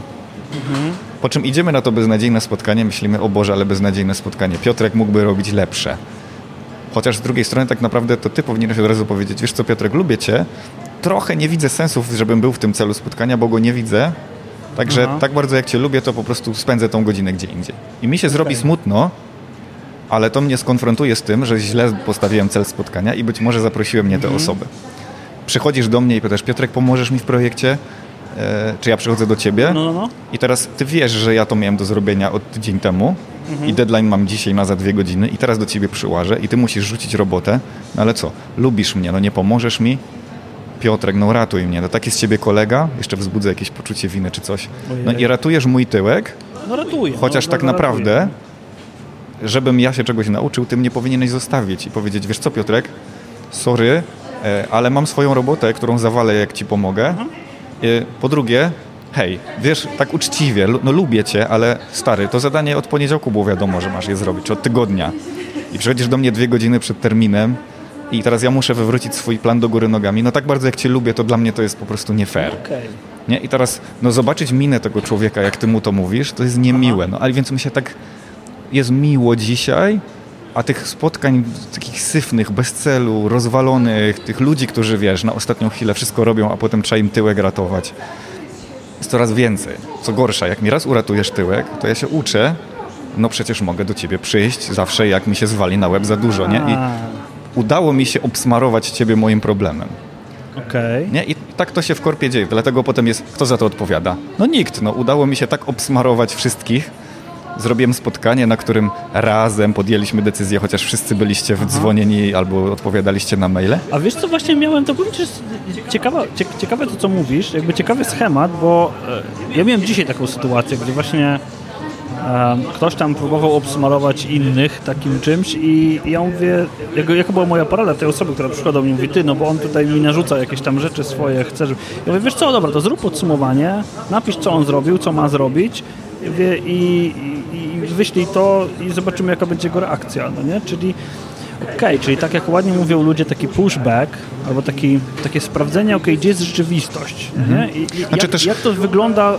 Po czym idziemy na to beznadziejne spotkanie, myślimy, o Boże, ale beznadziejne spotkanie. Piotrek mógłby robić lepsze. Chociaż z drugiej strony tak naprawdę to ty powinieneś od razu powiedzieć, wiesz co, Piotrek, lubię cię, trochę nie widzę sensów, żebym był w tym celu spotkania, bo go nie widzę, także tak bardzo jak cię lubię, to po prostu spędzę tą godzinę gdzie indziej. I mi się zrobi smutno, ale to mnie skonfrontuje z tym, że źle postawiłem cel spotkania i być może zaprosiłem nie te osoby. Przychodzisz do mnie i pytasz, Piotrek, pomożesz mi w projekcie? Czy ja przychodzę do ciebie? No. I teraz ty wiesz, że ja to miałem do zrobienia od tydzień temu i deadline mam dzisiaj za 2 godziny i teraz do ciebie przyłażę i ty musisz rzucić robotę, no ale co? Lubisz mnie, no nie pomożesz mi? Piotrek, no ratuj mnie, no tak jest z ciebie kolega, jeszcze wzbudzę jakieś poczucie winy czy coś. No i ratujesz mój tyłek, No ratuję. chociaż tak naprawdę, żebym ja się czegoś nauczył, ty mnie powinieneś zostawić i powiedzieć, wiesz co, Piotrek, sorry, ale mam swoją robotę, którą zawalę, jak ci pomogę. Po drugie, hej, wiesz, tak uczciwie, no lubię cię, ale stary, to zadanie od poniedziałku było wiadomo, że masz je zrobić, czy od tygodnia. I przychodzisz do mnie 2 godziny przed terminem i teraz ja muszę wywrócić swój plan do góry nogami. No tak bardzo jak cię lubię, to dla mnie to jest po prostu nie fair. Nie? I teraz, no zobaczyć minę tego człowieka, jak ty mu to mówisz, to jest niemiłe. No ale więc mi się tak jest miło dzisiaj, a tych spotkań takich syfnych, bez celu, rozwalonych, tych ludzi, którzy, wiesz, na ostatnią chwilę wszystko robią, a potem trzeba im tyłek ratować, jest coraz więcej. Co gorsza, jak mi raz uratujesz tyłek, to ja się uczę, no przecież mogę do ciebie przyjść zawsze, jak mi się zwali na łeb za dużo, nie? I udało mi się obsmarować ciebie moim problemem. Nie? I tak to się w korpie dzieje, dlatego potem jest, kto za to odpowiada? No nikt, no udało mi się tak obsmarować wszystkich. Zrobiłem spotkanie, na którym razem podjęliśmy decyzję, chociaż wszyscy byliście wdzwonieni albo odpowiadaliście na maile. A wiesz co, właśnie miałem to powiedzieć, ciekawe to, co mówisz, jakby ciekawy schemat, bo ja miałem dzisiaj taką sytuację, gdzie właśnie ktoś tam próbował obsmarować innych takim czymś i ja mówię, jaka była moja porada tej osoby, która przyszła do mnie, mówi, ty, no bo on tutaj mi narzuca jakieś tam rzeczy swoje, chce, żeby... Ja mówię, wiesz co, dobra, to zrób podsumowanie, napisz, co on zrobił, co ma zrobić i wyślij to i zobaczymy, jaka będzie jego reakcja, no nie? Czyli czyli tak jak ładnie mówią ludzie, taki pushback, albo takie sprawdzenie, gdzie jest rzeczywistość, nie? I jak to wygląda,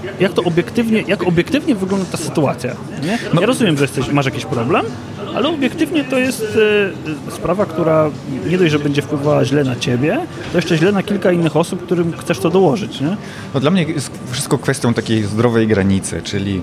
jak obiektywnie wygląda ta sytuacja, nie? Ja rozumiem, że masz jakiś problem, ale obiektywnie to jest sprawa, która nie dość, że będzie wpływała źle na ciebie, to jeszcze źle na kilka innych osób, którym chcesz to dołożyć, nie? No dla mnie jest wszystko kwestią takiej zdrowej granicy, czyli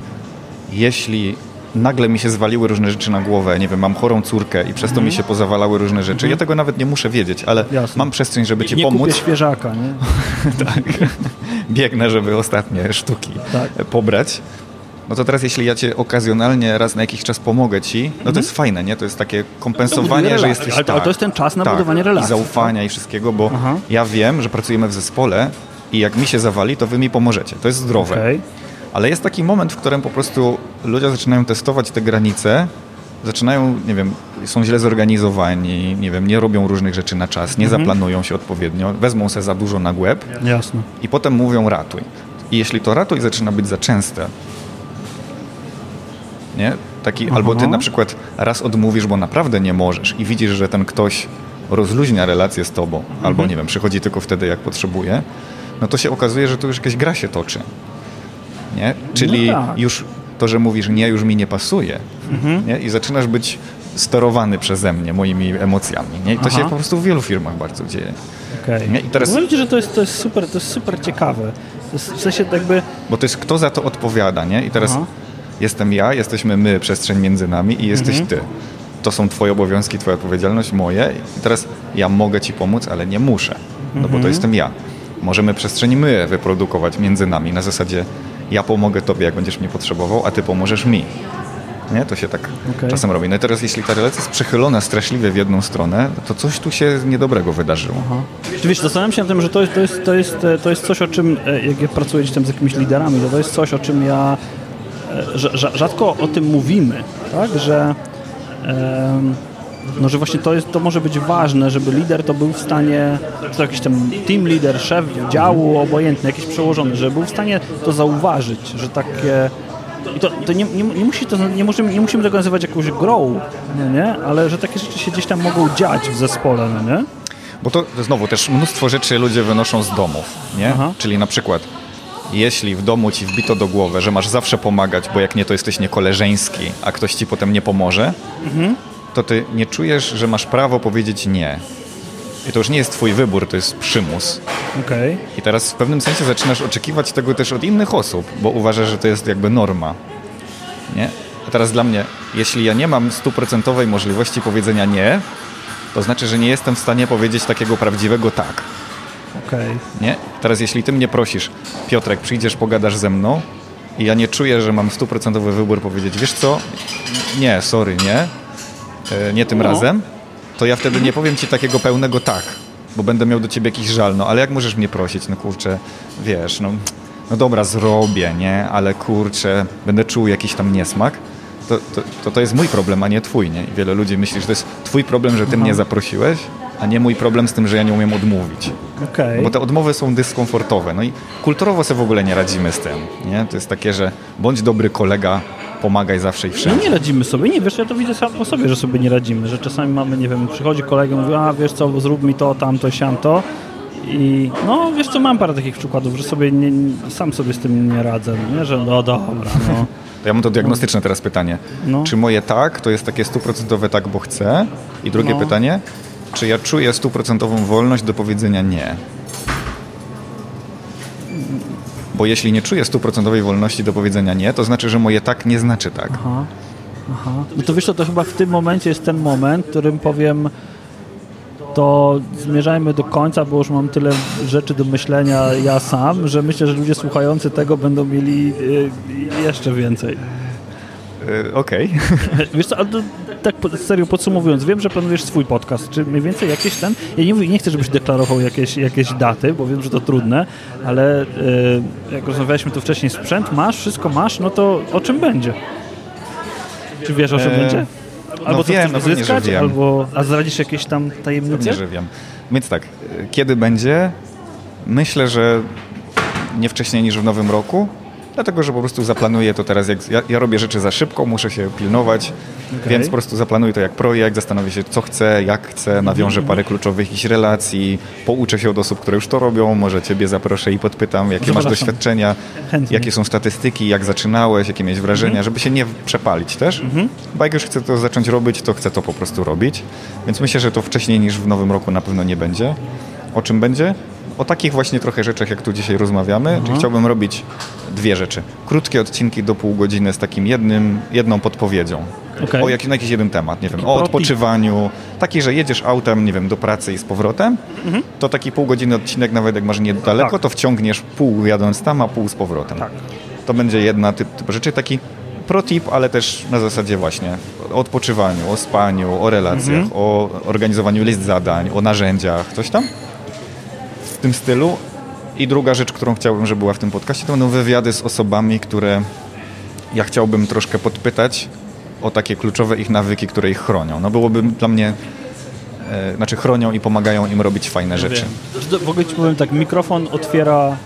jeśli nagle mi się zwaliły różne rzeczy na głowę, nie wiem, mam chorą córkę i przez to mi się pozawalały różne rzeczy. Ja tego nawet nie muszę wiedzieć, ale mam przestrzeń, żeby ci pomóc. Nie kupię świeżaka, nie? Tak. Biegnę, żeby ostatnie sztuki pobrać. No to teraz, jeśli ja cię okazjonalnie raz na jakiś czas pomogę ci, no to jest fajne, nie? To jest takie kompensowanie, że jesteś... Ale to jest ten czas na budowanie relacji. I zaufania i wszystkiego, bo ja wiem, że pracujemy w zespole i jak mi się zawali, to wy mi pomożecie. To jest zdrowe. Ale jest taki moment, w którym po prostu ludzie zaczynają testować te granice, zaczynają, nie wiem, są źle zorganizowani, nie wiem, nie robią różnych rzeczy na czas, nie zaplanują się odpowiednio, wezmą se za dużo na głęb i potem mówią ratuj. I jeśli to ratuj zaczyna być za częste, nie? Taki, albo ty na przykład raz odmówisz, bo naprawdę nie możesz i widzisz, że ten ktoś rozluźnia relację z tobą, albo nie wiem, przychodzi tylko wtedy, jak potrzebuje, no to się okazuje, że tu już jakaś gra się toczy. Nie? Czyli już to, że mówisz nie, już mi nie pasuje. Nie? I zaczynasz być sterowany przeze mnie, moimi emocjami. Nie? I to się po prostu w wielu firmach bardzo dzieje. Nie? I teraz... Powiem ci, że to jest super ciekawe. To jest, w sensie jakby... Bo to jest kto za to odpowiada, nie? I teraz jestem ja, jesteśmy my, przestrzeń między nami i jesteś ty. To są twoje obowiązki, twoja odpowiedzialność, moje. I teraz ja mogę ci pomóc, ale nie muszę. No bo to jestem ja. Możemy przestrzeń my wyprodukować między nami na zasadzie ja pomogę tobie, jak będziesz mnie potrzebował, a ty pomożesz mi. Nie? To się tak czasem robi. No i teraz, jeśli ta relacja jest przechylona straszliwie w jedną stronę, to coś tu się niedobrego wydarzyło. Wiesz, zastanawiam się nad tym, że to jest coś, o czym, jak ja pracuję gdzieś tam z jakimiś liderami, to jest coś, o czym rzadko o tym mówimy, tak? Że no, że właśnie to może być ważne, żeby lider to był w stanie, czy to jakiś tam team leader, szef działu, obojętny, jakiś przełożony, żeby był w stanie to zauważyć, że takie... I to nie musimy tego nazywać jakąś grą, no nie? Ale że takie rzeczy się gdzieś tam mogą dziać w zespole, no nie? Bo to znowu też mnóstwo rzeczy ludzie wynoszą z domów, nie? Aha. Czyli na przykład, jeśli w domu ci wbito do głowy, że masz zawsze pomagać, bo jak nie, to jesteś niekoleżeński, a ktoś ci potem nie pomoże, to ty nie czujesz, że masz prawo powiedzieć nie. I to już nie jest twój wybór, to jest przymus. Okej. I teraz w pewnym sensie zaczynasz oczekiwać tego też od innych osób, bo uważasz, że to jest jakby norma. Nie? A teraz dla mnie, jeśli ja nie mam 100% możliwości powiedzenia nie, to znaczy, że nie jestem w stanie powiedzieć takiego prawdziwego tak. Okej. Nie? Teraz jeśli ty mnie prosisz, Piotrek, przyjdziesz, pogadasz ze mną i ja nie czuję, że mam 100% wybór powiedzieć, wiesz co, nie, sorry, nie tym razem, to ja wtedy nie powiem ci takiego pełnego tak, bo będę miał do ciebie jakiś żal, no ale jak możesz mnie prosić, no kurczę, wiesz, no dobra, zrobię, nie, ale kurczę, będę czuł jakiś tam niesmak, to jest mój problem, a nie twój, nie? I wiele ludzi myśli, że to jest twój problem, że ty mnie zaprosiłeś, a nie mój problem z tym, że ja nie umiem odmówić. Okej. Bo te odmowy są dyskomfortowe. No i kulturowo sobie w ogóle nie radzimy z tym, nie? To jest takie, że bądź dobry kolega, pomagaj zawsze i No wszędzie. nie radzimy sobie, nie, wiesz, ja to widzę sam po sobie, że sobie nie radzimy, że czasami mamy, nie wiem, przychodzi kolega, mówi, a wiesz co, zrób mi to, tamto, siamto i no wiesz co, mam parę takich przykładów, że sobie sam sobie z tym nie radzę, nie? Że no dobra, no. To ja mam to diagnostyczne teraz pytanie. No. Czy moje tak to jest takie 100% tak, bo chcę? I drugie pytanie, czy ja czuję 100% wolność do powiedzenia nie? Bo jeśli nie czuję 100% wolności do powiedzenia nie, to znaczy, że moje tak nie znaczy tak. Aha. No to wiesz co, to chyba w tym momencie jest ten moment, w którym powiem, to zmierzajmy do końca, bo już mam tyle rzeczy do myślenia ja sam, że myślę, że ludzie słuchający tego będą mieli jeszcze więcej. Okej. Wiesz co, ale to, tak serio podsumowując, wiem, że planujesz swój podcast, czy mniej więcej jakieś ten, ja nie chcę, żebyś deklarował jakieś daty, bo wiem, że to trudne, ale jak rozmawialiśmy tu wcześniej, sprzęt masz, wszystko masz, no to o czym będzie? Czy wiesz, o czym będzie? Albo co wiem, chcesz pewnie, uzyskać, że wiem. albo a zdradzisz jakieś tam tajemnice? Pewnie, że wiem. Więc tak, kiedy będzie? Myślę, że nie wcześniej niż w nowym roku, dlatego, że po prostu zaplanuję to teraz, ja robię rzeczy za szybko, muszę się pilnować, więc po prostu zaplanuję to jak projekt, zastanowię się, co chcę, jak chcę, nawiążę parę kluczowych jakichś relacji, pouczę się od osób, które już to robią, może ciebie zaproszę i podpytam, jakie masz doświadczenia, Chętnie. jakie są statystyki, jak zaczynałeś, jakie miałeś wrażenia, żeby się nie przepalić też, bo jak już chcę to zacząć robić, to chcę to po prostu robić, więc myślę, że to wcześniej niż w nowym roku na pewno nie będzie. O czym będzie? O takich właśnie trochę rzeczach, jak tu dzisiaj rozmawiamy, czyli chciałbym robić dwie rzeczy. Krótkie odcinki do pół godziny z takim jedną podpowiedzią. Okay. Na jakiś jeden temat, nie wiem, o odpoczywaniu. Taki, że jedziesz autem, nie wiem, do pracy i z powrotem, to taki pół godziny odcinek, nawet jak masz niedaleko, to wciągniesz pół jadąc tam, a pół z powrotem. Tak. To będzie jedna typ rzeczy, taki pro tip, ale też na zasadzie właśnie o odpoczywaniu, o spaniu, o relacjach, o organizowaniu list zadań, o narzędziach, coś tam. W tym stylu. I druga rzecz, którą chciałbym, żeby była w tym podcaście, to będą wywiady z osobami, które ja chciałbym troszkę podpytać o takie kluczowe ich nawyki, które ich chronią. No byłoby dla mnie, chronią i pomagają im robić fajne rzeczy. W ogóle ci powiem tak, mikrofon otwiera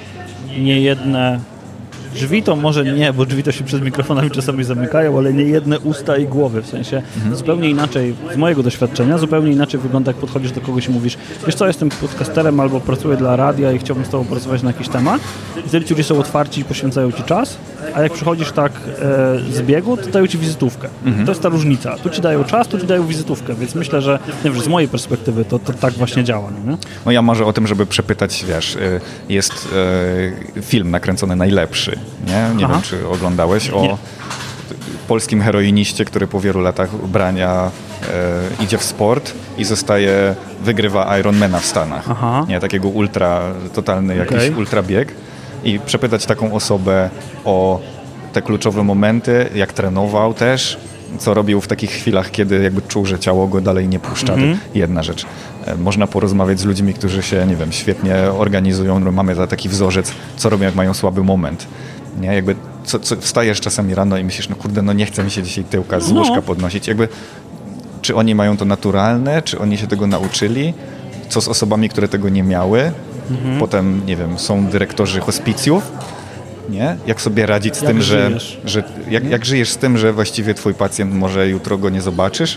niejedne drzwi, to może nie, bo drzwi to się przed mikrofonami czasami zamykają, ale nie jedne usta i głowy, w sensie zupełnie inaczej, z mojego doświadczenia, zupełnie inaczej wygląda, jak podchodzisz do kogoś i mówisz, wiesz co, jestem podcasterem albo pracuję dla radia i chciałbym z tobą porozmawiać na jakiś temat. I wtedy ci ludzie są otwarci i poświęcają ci czas, a jak przychodzisz tak z biegu, to dają ci wizytówkę. To jest ta różnica. Tu ci dają czas, tu ci dają wizytówkę, więc myślę, że nie wiem, z mojej perspektywy to tak właśnie działa. Nie? No ja marzę o tym, żeby przepytać, wiesz, jest film nakręcony Najlepszy, nie wiem, czy oglądałeś, o polskim heroiniście, który po wielu latach brania idzie w sport i wygrywa Ironmana w Stanach. Nie, takiego totalny jakiś ultrabieg. I przepytać taką osobę o te kluczowe momenty, jak trenował też, co robił w takich chwilach, kiedy jakby czuł, że ciało go dalej nie puszcza. To jedna rzecz. Można porozmawiać z ludźmi, którzy się, nie wiem, świetnie organizują. Mamy taki wzorzec, co robią, jak mają słaby moment. Nie? Jakby wstajesz czasami rano i myślisz, no kurde, no nie chce mi się dzisiaj tyłka z łóżka podnosić. Jakby czy oni mają to naturalne, czy oni się tego nauczyli, co z osobami, które tego nie miały. Potem, nie wiem, są dyrektorzy hospicjów, nie? Jak sobie radzić z tym, jak żyjesz z tym, że właściwie twój pacjent może jutro go nie zobaczysz?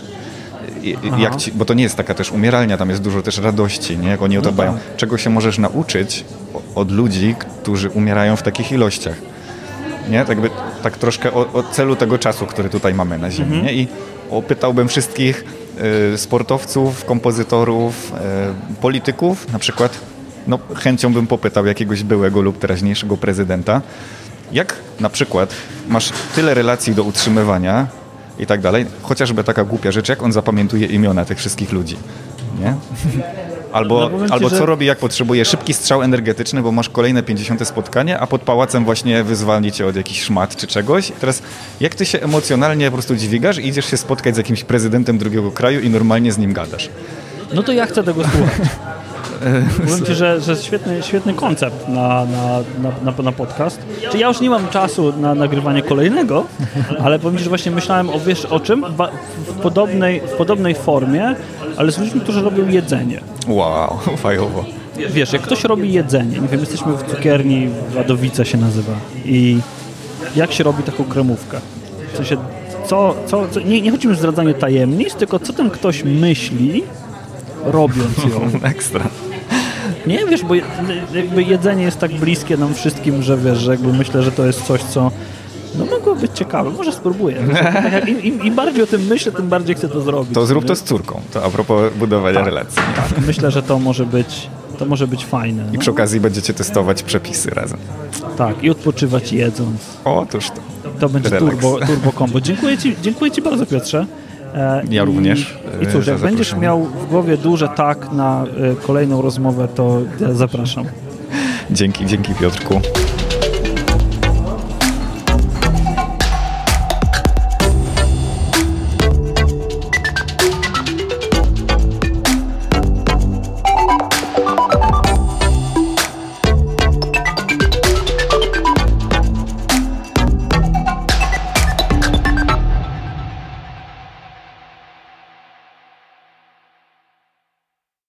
Bo to nie jest taka też umieralnia, tam jest dużo też radości, nie? Jak oni o to dbają. Czego się możesz nauczyć od ludzi, którzy umierają w takich ilościach? Nie? Tak troszkę o celu tego czasu, który tutaj mamy na Ziemi. Nie? I opytałbym wszystkich sportowców, kompozytorów, polityków, na przykład, chęcią bym popytał jakiegoś byłego lub teraźniejszego prezydenta, jak na przykład masz tyle relacji do utrzymywania i tak dalej, chociażby taka głupia rzecz, jak on zapamiętuje imiona tych wszystkich ludzi, nie? Albo co robi, jak potrzebuje szybki strzał energetyczny, bo masz kolejne 50. spotkanie, a pod pałacem właśnie wyzwali cię od jakichś szmat czy czegoś. I teraz jak ty się emocjonalnie po prostu dźwigasz i idziesz się spotkać z jakimś prezydentem drugiego kraju i normalnie z nim gadasz? No to ja chcę tego słuchać. Powiem ci, że świetny koncept na podcast. Czy ja już nie mam czasu na nagrywanie kolejnego, ale powiem ci, że właśnie myślałem o czym? W podobnej formie, ale z ludźmi, którzy robią jedzenie. Wow, fajowo. Wiesz, jak ktoś robi jedzenie, nie wiem, jesteśmy w cukierni, Wadowica się nazywa, i jak się robi taką kremówkę? W sensie, nie chodzi mi o zdradzanie tajemnic, tylko co ten ktoś myśli, robiąc ją. Ekstra. Nie, wiesz, bo jakby jedzenie jest tak bliskie nam wszystkim, że wiesz, że jakby myślę, że to jest coś, co mogło być ciekawe. Może spróbuję. Im bardziej o tym myślę, tym bardziej chcę to zrobić. To zrób to z córką. To a propos budowania relacji. Tak, myślę, że to może być fajne. I przy okazji będziecie testować przepisy razem. Tak, i odpoczywać jedząc. Otóż to. To będzie turbo combo. Dziękuję Ci bardzo, Piotrze. Ja również. I cóż, jak będziesz miał w głowie duże tak na kolejną rozmowę, to ja zapraszam. Dzięki Piotrku.